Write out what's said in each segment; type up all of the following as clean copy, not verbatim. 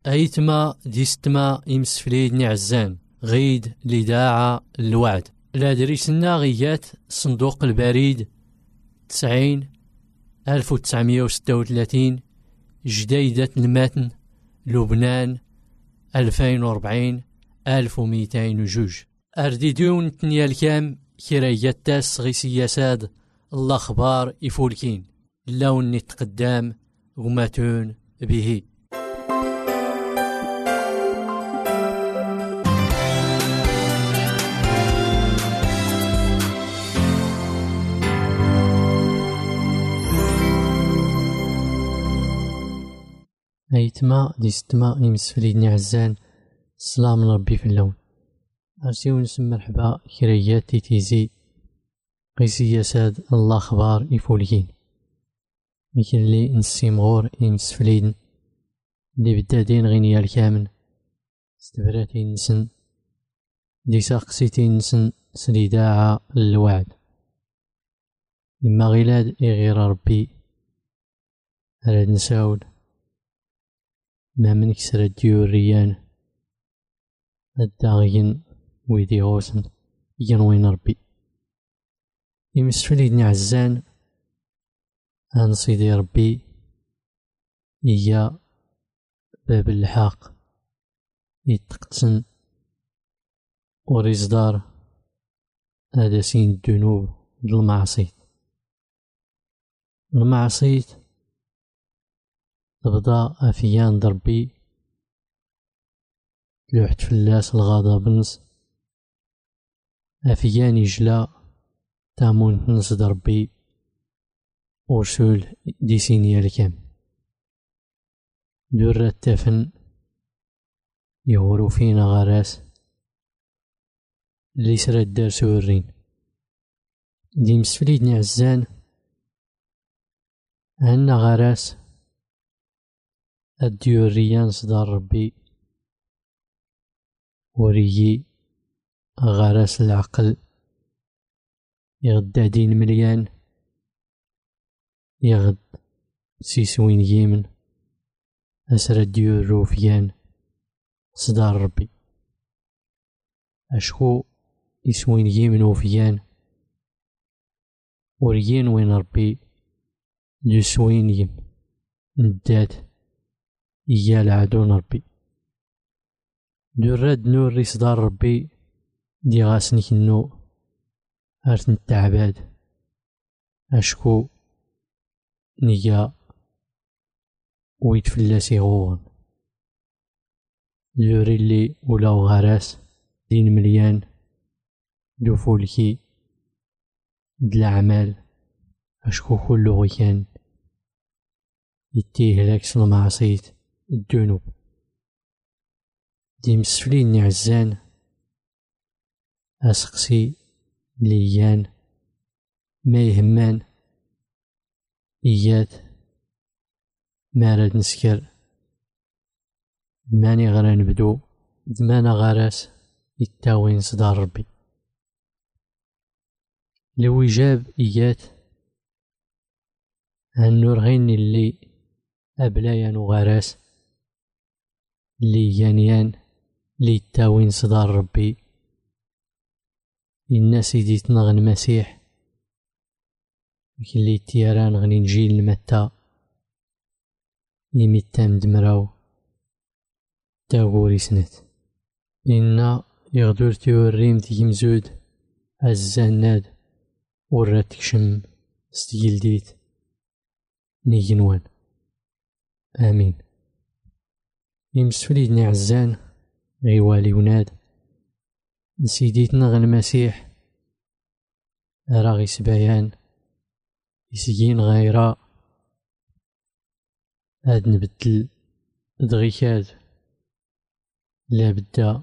أيتما ديستما إمسفليد نعزان غيد لداعة الوعد لا دريسنا غيات صندوق البريد 90-1936 جديدة المتن لبنان 2040-1202 أرديدون تنيا الكام كرايات تاس غي سياساد الأخبار إفولكين اللون نتقدام غماتون به أيتما ديستما إمسفليدني عزان السلام ربي في اللون أرسيو نسمى مرحبا كريات تيزي غي سياساد الأخبار إفولكين ميكن لي نسيمغور إمسفليدن دي بدادين غينيا الكامن استبراتي نسن دي ساقسيتي نسن سريداعة الوعد إما غيلاد إغير ربي راد نساود ما من كسر الديوريان الداغين ويدي غوسن ينوين ربي يمسفليدني عزان أنصيدي ربي إيا باب الحق يتقتسن وريزدار أدسين الذنوب المعصيت تبدا أفيان دربي تلوحت فلاس الغضب نس أفيان يجلا تامون نس دربي ورسول ديسينيا الكام دور التفن يهورو فينا غراس اللي سرى الدرس ورين دي مسفليدني عزان أنا غراس الديوريان صدار ربي وريي غراس العقل يغدا دين مليان يغد سيسوين يمن أسر الديور روفيان صدار ربي أشكو يسوين يمن وفيان وريين وين ربي جسوين يم ندات إيا العدون ربي دراد نور صدار ربي دي غاسني كنو أرث التعباد أشكو نيا ويتفلاسي غوغن يوري اللي ولاو غراس دين مليان دو فولكي دالعمال أشكو كلو غيان يتيه لاكس المعصيت الذنوب دي مسفليني عزان أسقسي ليان ما يهمان إيات ما راد نسكر ماني غرا نبدو دمانا غراس يتاوين صدار ربي لو جاب إيات هالنور غيني اللي أبلايان وغراس اللي يانيان اللي يتاوين صدار ربي الناس يدي تنغ المسيح اللي تيران غني نجي المتا يميتام دمراو تاغوري سنت إنا يغدور تيوريم تيمزود الزناد ورات تكشم ستيلديت نيجنوان آمين يمسفليدني عزان غيوالي وناد نسيديتنا غا المسيح راغي سبايان يسجين غيرا هاد نبدل دغيكاد لا بدا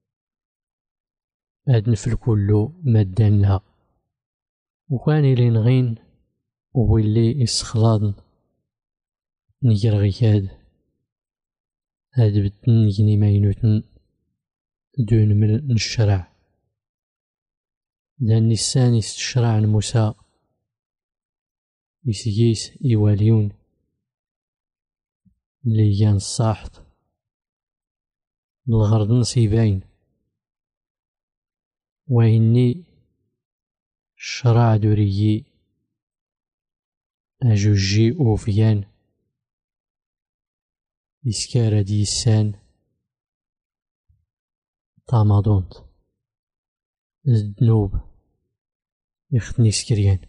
هاد نفل كلو مادان لها وكان إلي نغين ويلي يسخلاضن نجر غيكاد هاد بدن نجني ماينوتن دون من الشرع لأن الساني استشرع موسى يسيس يواليون ليان الصاحت الغرض نسيبين وإني الشرع دوريي أجوجي أوفيان إسكارة ديسان طامادونت الذنوب يختني سكريان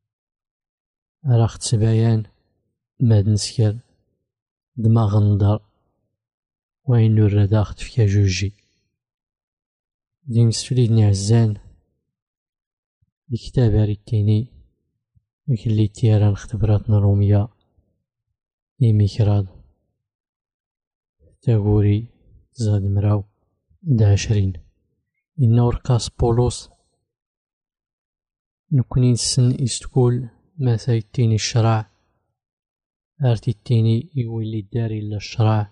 راخت سبايان ماد نسكر دماغ ندر وين نور داخت في كاجوجي دين سفليدني عزان الكتاب ريتيني اللي تيران اختبراتنا رومية إيميكراد تاغوري زاد مراو دا 20 إنو رقاص بولوس نكوني نسن إستكول ما سايتيني الشرع أرتيتيني يولي داري إلا الشرع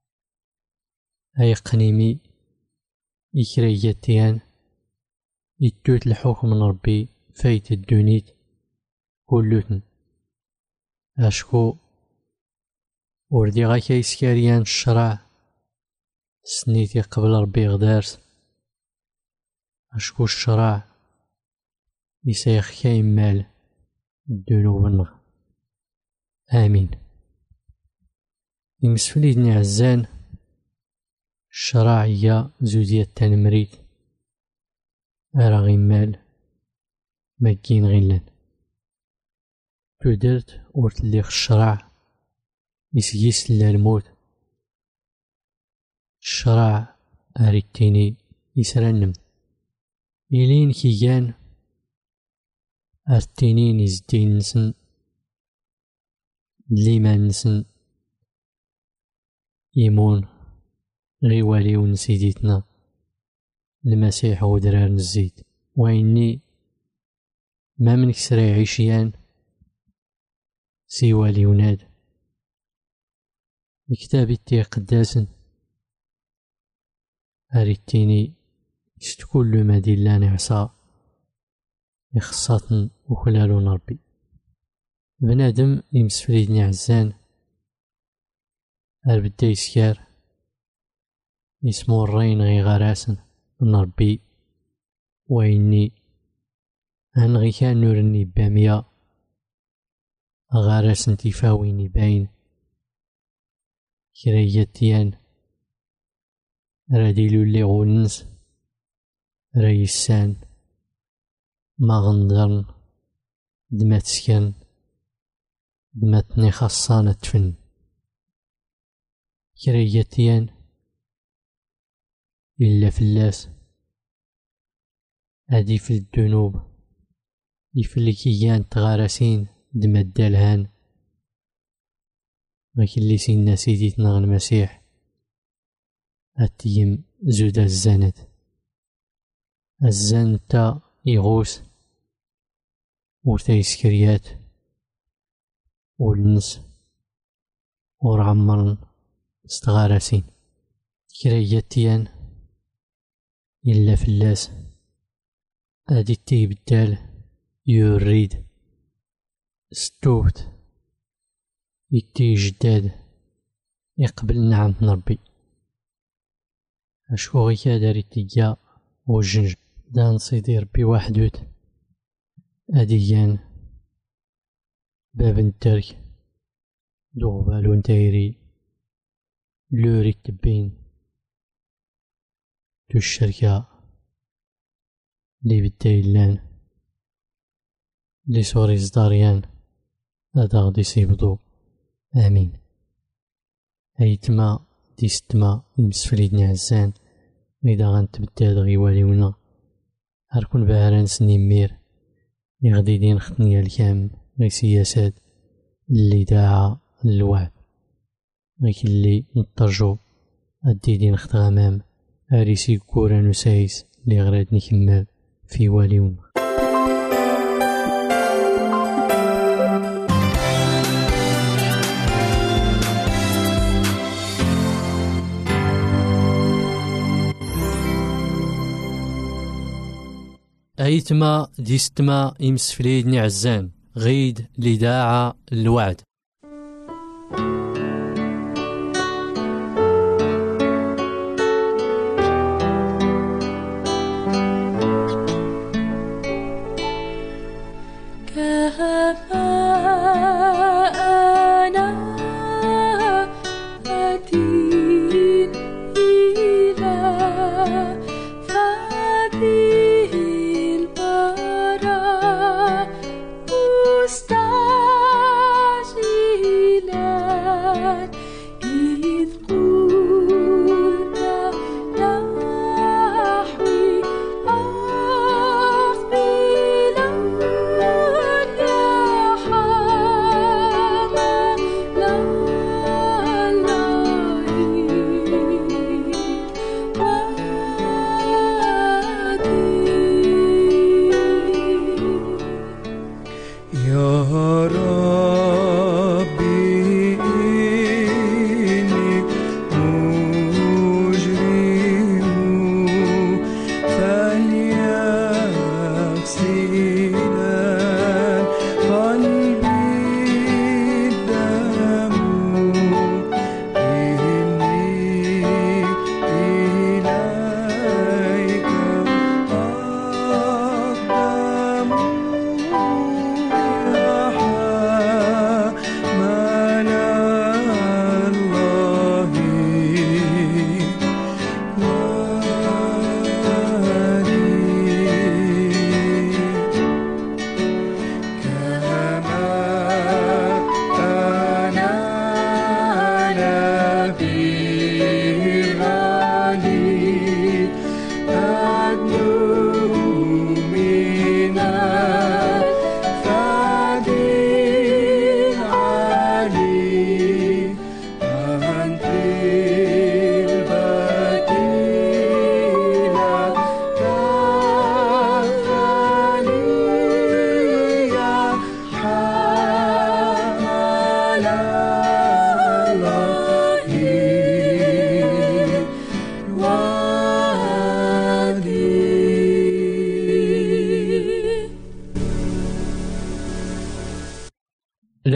أي قنيمي إكرياتيان يتوت الحكم من ربي فايت الدونيت كلوتن أشكو وردي غاكا يسكاريان الشرع سنيتي قبل ربي غدارس أشكو الشرع يسايخ كايمال الذنوب النغ آمين. يمسفليدني عزان الشرع هي زودية تنمريت أرا غيمال مكين غيلان تودرت ورتليخ الشرع يسيس للموت الشرع أريتيني يسرنم إلين كيان أرتيني نزدين نسن لما نسن يمون غيوالي ونسيديتنا المسيح ودرار نزيد وإني ما من كسرى عيشيان سيوالي وناد الكتاب تي قداسن أريتيني يستكل ما ديلان عصا يخصاتن وخلالون ربي بنادم يمسفريدني عزان أربدا يسكار يسمو الرين غي غراسن من ربي وإني أنغي كان نورني بامية غراسن تفاويني باين كرياتيان راديلو اللي غونس ريسان ما غندرن دمات سكن دماتني خاصانة تفن كرياتيان إلا فلاس أدي في الذنوب يفلكيان تغارسين دمات دالهان غيك اللي سينا سيديتنا المسيح أتيم زود الزانت الزانتا يغوس ورتايسكريات والنس ورعمرن استغارسين كرياتيان إلا فلاس أدي تيبدال يريد ستوت يتي جداد يقبل نعم ربي أشكو غيكا داري تيجا وجنج دان صيدي ربي وحدوت أديان باب الترك دوغبالون تايري لوري تبين تو الشركة لي بالتايلان لي سوري زداريان هذا غادي يصيبدو آمين. أيتما ديستما يمسفليدني عزان إذا غنتبدل غيواليونا هركون بهران سنيمير لي غادي دين ختنيا الكام غي سياسات اللي داعا الوعد غيك اللي نطرجو أدي دين خت غمام أريسي كوران وسايس لي غراد نكمل في واليونا. أيتما ديستما يمسفليدني عزان غيد لداعة الوعد.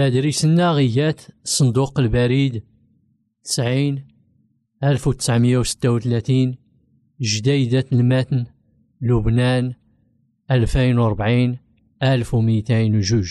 الأدريسنا غيات صندوق البريد 90 1936 جديدة المتن لبنان 2040 1202.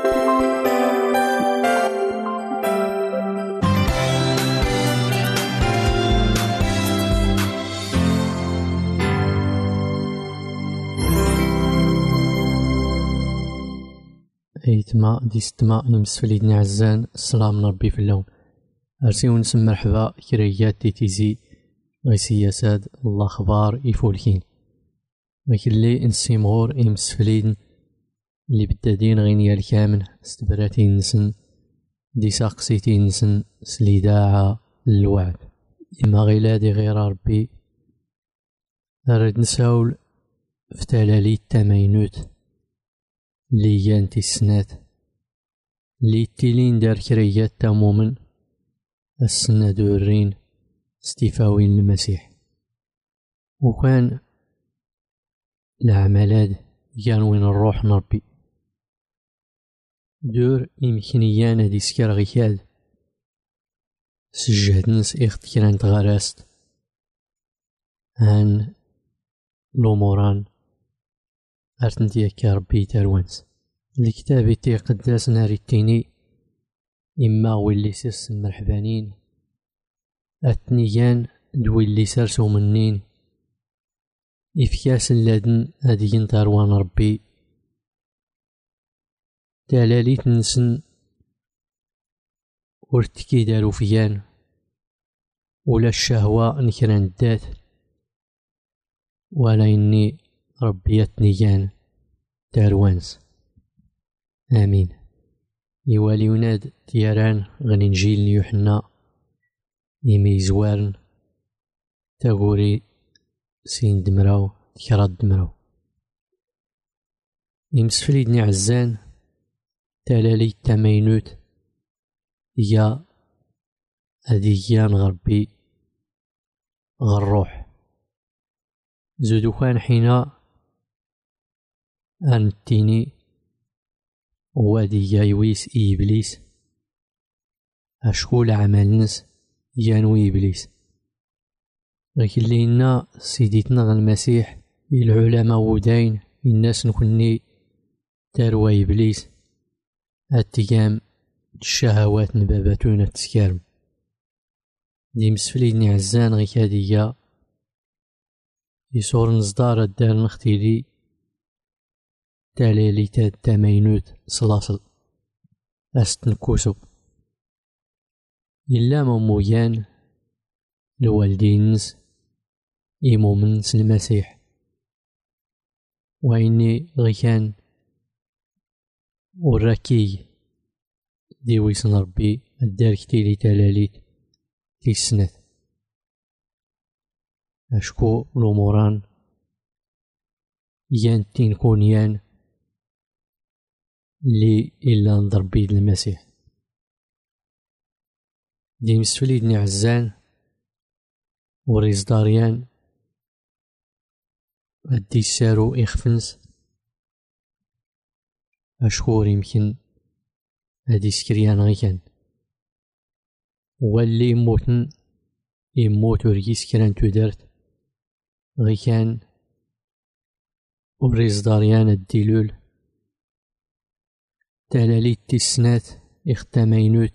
ايتما ديستما يمسفليدني عزان السلام ربي في اللون ارسيو نسم مرحبا كريات دي تيزي غيسياساد الله خبار يفولكين وكلي نسيمغور يمسفليدن اللي بدادين غينيا الكامل استبراتين نسن دي ساقسيتين نسن سليداعة الوعد إما غيلادي غير ربي أرد نساول في تلالي التمينوت لي يانتي السنات لي تيلين دار كريات تامومن السنة دورين استفاوين المسيح وكان العملات كان وين الروح نربي دور إمكانيانا دي سكر غيكاد سجهد نس إخت كران تغراست هان لوموران أرتنتيا كربي تروانس الكتاب تي قداس ناري التيني إما ويلي سيس مرحبانين أتنيان دويلي سارسو منين إفكاس اللادن أدين تروان ربي تلاليت نسن ورتكي دارو فيان ولا الشهوة نكران الدات ولا إني ربيتني كان تاروانس آمين. يوالي وناد تياران غني نجيل يوحنا يمي زوارن تاغوري سين دمراو تكراد دمراو يمسفليدني عزان تلالي التمينوت يا أديان غربي غالروح زودو كان حينا أنتيني وادي جايويس إبليس أشكول عمل نس يانوي إبليس لكن لينا سيديتنا المسيح العلماء ودين الناس نكوني تروى إبليس التقام الشهوات نباباتون التسكارم دي مسفليدني عزان غيكادية يصور نصدار الدار نختيلي تالي تاد تامينوت صلاصل أستنكوسو إلا ممويان الوالدينز إيمومنس المسيح وإني غيكان وراكي ديويسن ربي الدار كتيلي تلاليت تيسنات أشكو لوموران يان تينكون يان لي إلا نضربي المسيح دي مسفليدني عزان وريز داريان أدي سارو إخفنس أشكور يمكن أدي سكريان غيكان واللي يموتن يموت وريس كران تودرت غيكان وريز داريان الديلول تلالي تسنات اختامينوت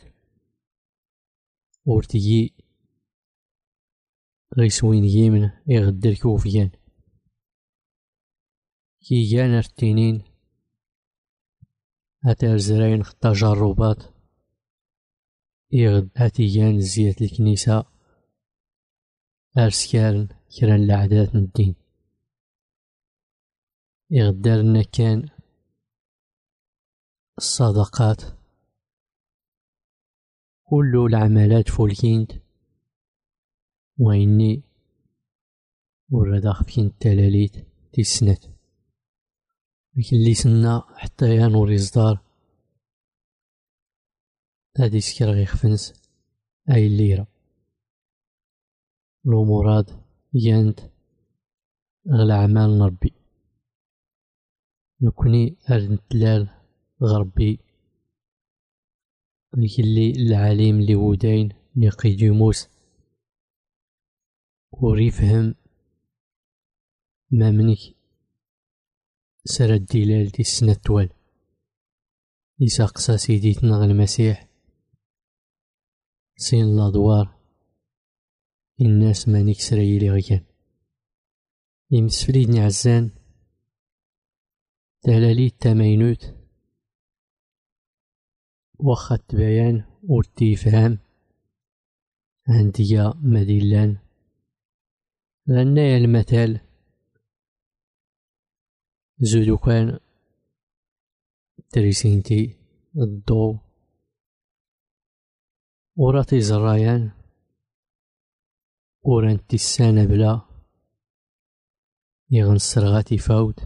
ورتيي غيسوين يمن يغدر كوفيان كي جان ارتينين أتار زراين خطا جروبات يغد أتيان زيادة الكنيسة أرسكارن كران لعدات الدين يغدرنا كان الصدقات كل العملات فولكينت وإني ورد أخفين التلاليت تيسنت لكن اللي سنا حتى يانو ريزدار هادي سكر غيخفنس أي الليرة لو مراد يانت غل أعمال نربي نكوني أرد نتلال غربي اللي العليم اللي وداين نيقيديموس وريفهم ما منك سرى الدلال دي السنة توال يساقسا سيديتنا المسيح سين الأدوار الناس مانيك سرايلي غيان يمسفليدني عزان تهلالي التماينوت واخا تبايان ورتيفهام عندي مديلان لأن المثال زودو كان تريسينتي الضو وراتي زرايان ورانتي السنة بلا يغنصر غاتي فاوت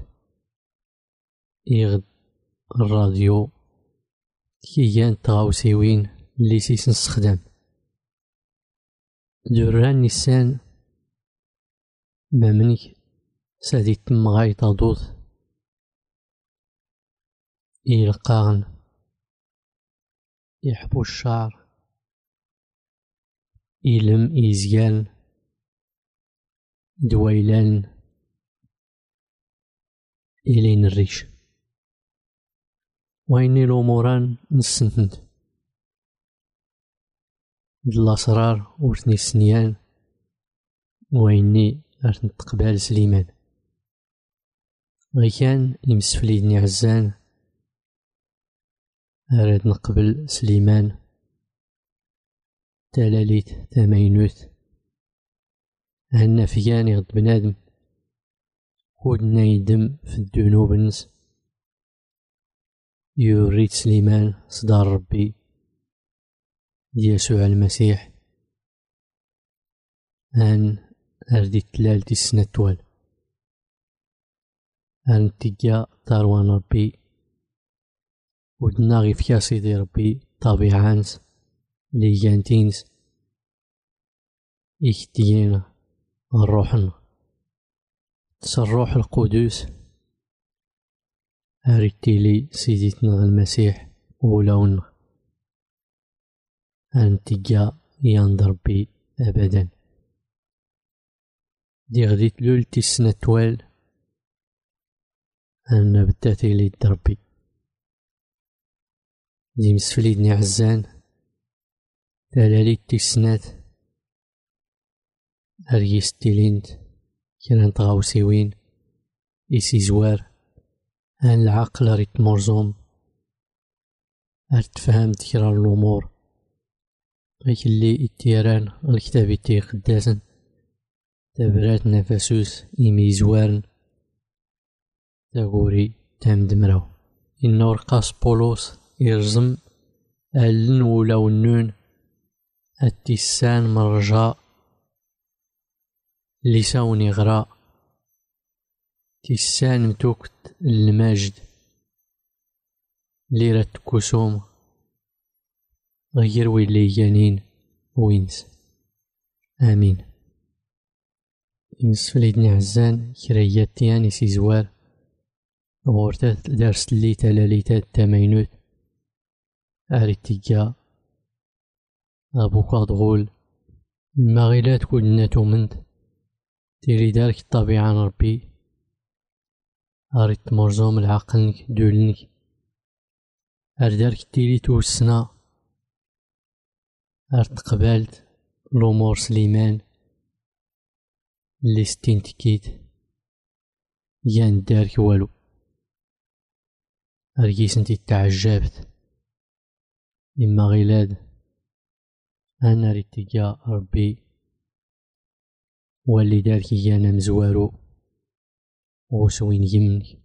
يغد الراديو كيان تغاوسيوين اللي سيس نستخدم دوران نيسان ما منك سادي تمغاي تضوط يلقاغن يحبو الشعر يلم يزيان دويلان إلين الريش ويني الأموران نسنتند الأسرار ورثني السنيان ويني أرث تقبال سليمان غي كان يمسفليدني عزان أراد نقبل سليمان تلاليت تماينوت هنا فيان يغد بنادم ودنا يدم في الذنوب نس يريد سليمان صدار ربي يسوع المسيح أن أردي تلالتي السنة توال أن تجا تاروان ربي ودنا غي فيا سيدي ربي طبيعانس ليجانتينس إختيان الروحن الروح القدس أريتيلي سيدتنا المسيح ولون أن تجا ينظر بي أبدا دي غديت لولتي السنة توال أن بداتي لي دربي دي مسفليدني عزان تلاليتي السنات أريستيلينت كان تغاوسيوين إسي زوار أن العقل ريت مرزوم أرتفهم تكرار الأمور غيك اللي اتيران الكتاب يتي قداسا تبرات نفسوس إيمي زوارن تاغوري تامدمراو إنو رقاس بولوس يرزم ألن ولاو النون التسان مرجاء لسان يغراء تسان متوكت الماجد ليرة كسوم غير ويلي جانين وينس آمين. يمسفليدني عزان كريات تياني سي زوار غورتات درس اللي تلاليتات تماينوت أريتيجا أبوك أضغول المغيلات كلنا تومنت تيري دارك الطبيعة ربي أريت مرزوم العقلنك دولنك أردارك تيري توسنا أرت قبالت الأمور سليمان اللي ستينتكيت يان دارك والو أرجيس انتي تعجبت إما غيلاد أنا ريتيجا ربي واللي دارك يانا مزوارو وسوين يمنك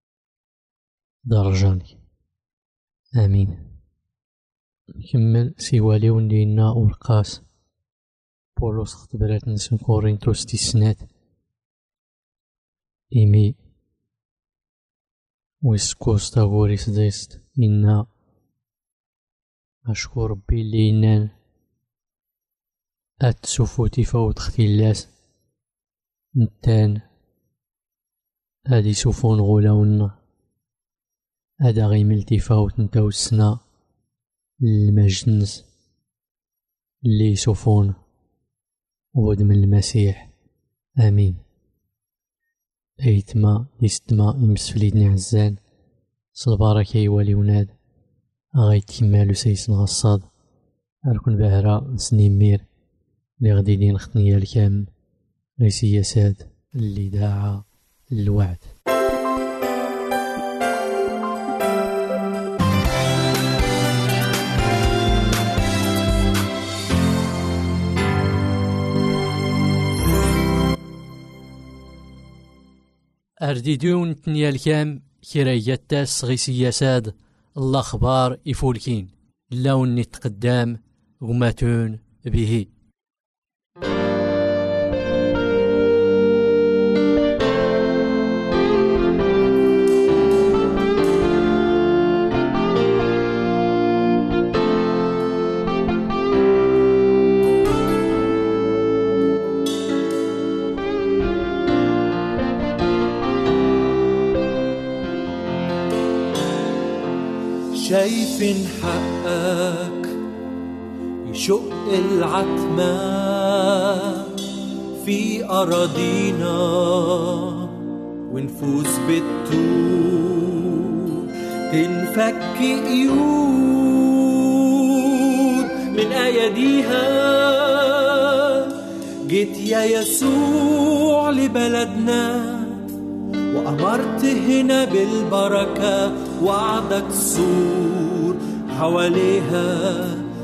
درجانك آمين. نكمل سيوالي ولينا ورقاس بولوس خطبرات نسن كورنثوس تسنات إيمي ويسكوس تاغوريس ديست إنا أشكر ربي اللي إنان أتسوفوتي فوت ختلاس نتان أدي سوفون غولاونا أدا غيملتي فوت نتاو السنا المجنس اللي يسوفون ودم المسيح امين. ايتما يستما يمس في ليدني عزان صلبارك يوالي وناد غايت كمالو سيسنا الصاد اركن بهرا نسني مير اللي غادي دين خطنيا الكام سياسات اللي داعا الوعد. أرديدون تنيا الكام كرايتاس غي سياساد الأخبار يفولكين اللون نتقدام غماتون به. شايفين حقك يشق العتمة في أراضينا ونفوس بالطول تنفك قيود من أيديها. جيت يا يسوع لبلدنا وأمرت هنا بالبركة، وعدك سور حواليها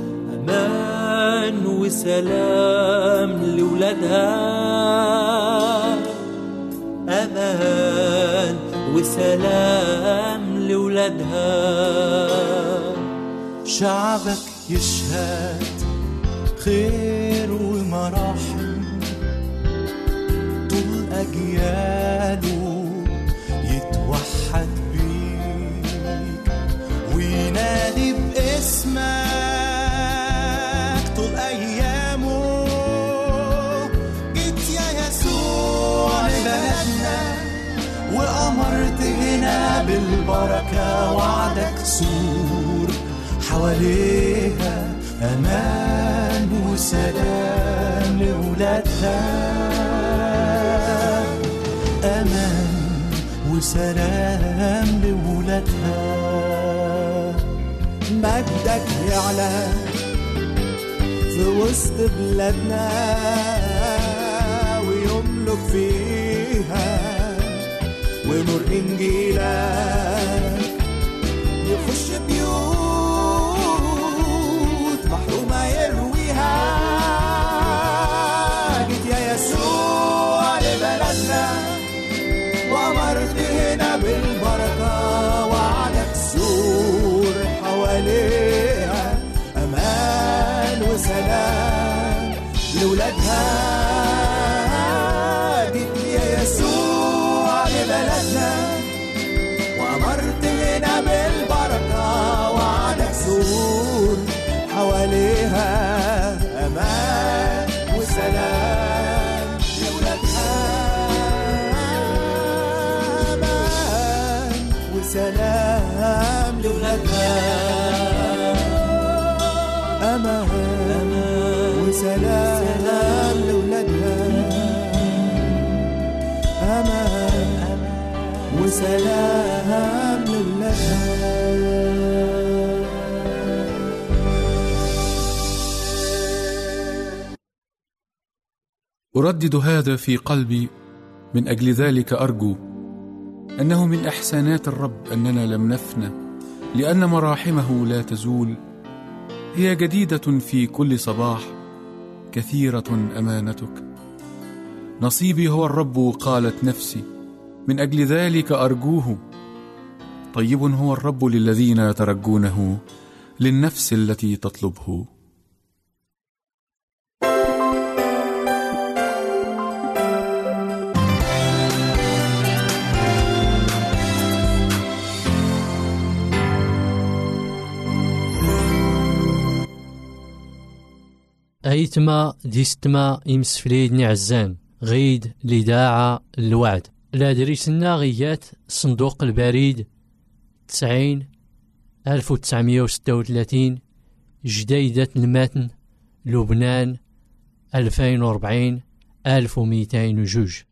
أمان وسلام لولادها، أمان وسلام لولادها. شعبك يشهد خير ومراحم طول أجياله، يتوحد بيك وينادي باسمك طول أيامه. جيت يا يسوع لبلدنا وأمرت هنا بالبركة، وعدك سور حواليها أمان وسلام لولادها، أمان وسلام لولادها. مجدك يعلى في وسط بلادنا ويملك فيها، ونور إنجيلك يخش بيوت محرومة يرويها. جيت يا يسوع لبلدنا وأمرت هنا بالبركة، وعدك سور حواليها أمان وسلام لولادها. جيت يا يسوع لبلدنا وأمرت هنا بالبركة، وعدك سور حواليها أمان وسلام لولادها، أمان وسلام لولادها، أمان وسلام لولادها، أمان وسلام لولادها. أردد هذا في قلبي، من أجل ذلك أرجو أنه من إحسانات الرب أننا لم نفنى، لأن مراحمه لا تزول، هي جديدة في كل صباح، كثيرة أمانتك. نصيبي هو الرب قالت نفسي، من أجل ذلك أرجوه. طيب هو الرب للذين يترجونه، للنفس التي تطلبه. أيتما ديستما يمسفليدني عزان غيد لداعة الوعد. لا دريسنا غيات صندوق البريد 90 1936 جديدة المتن لبنان 2040 1202.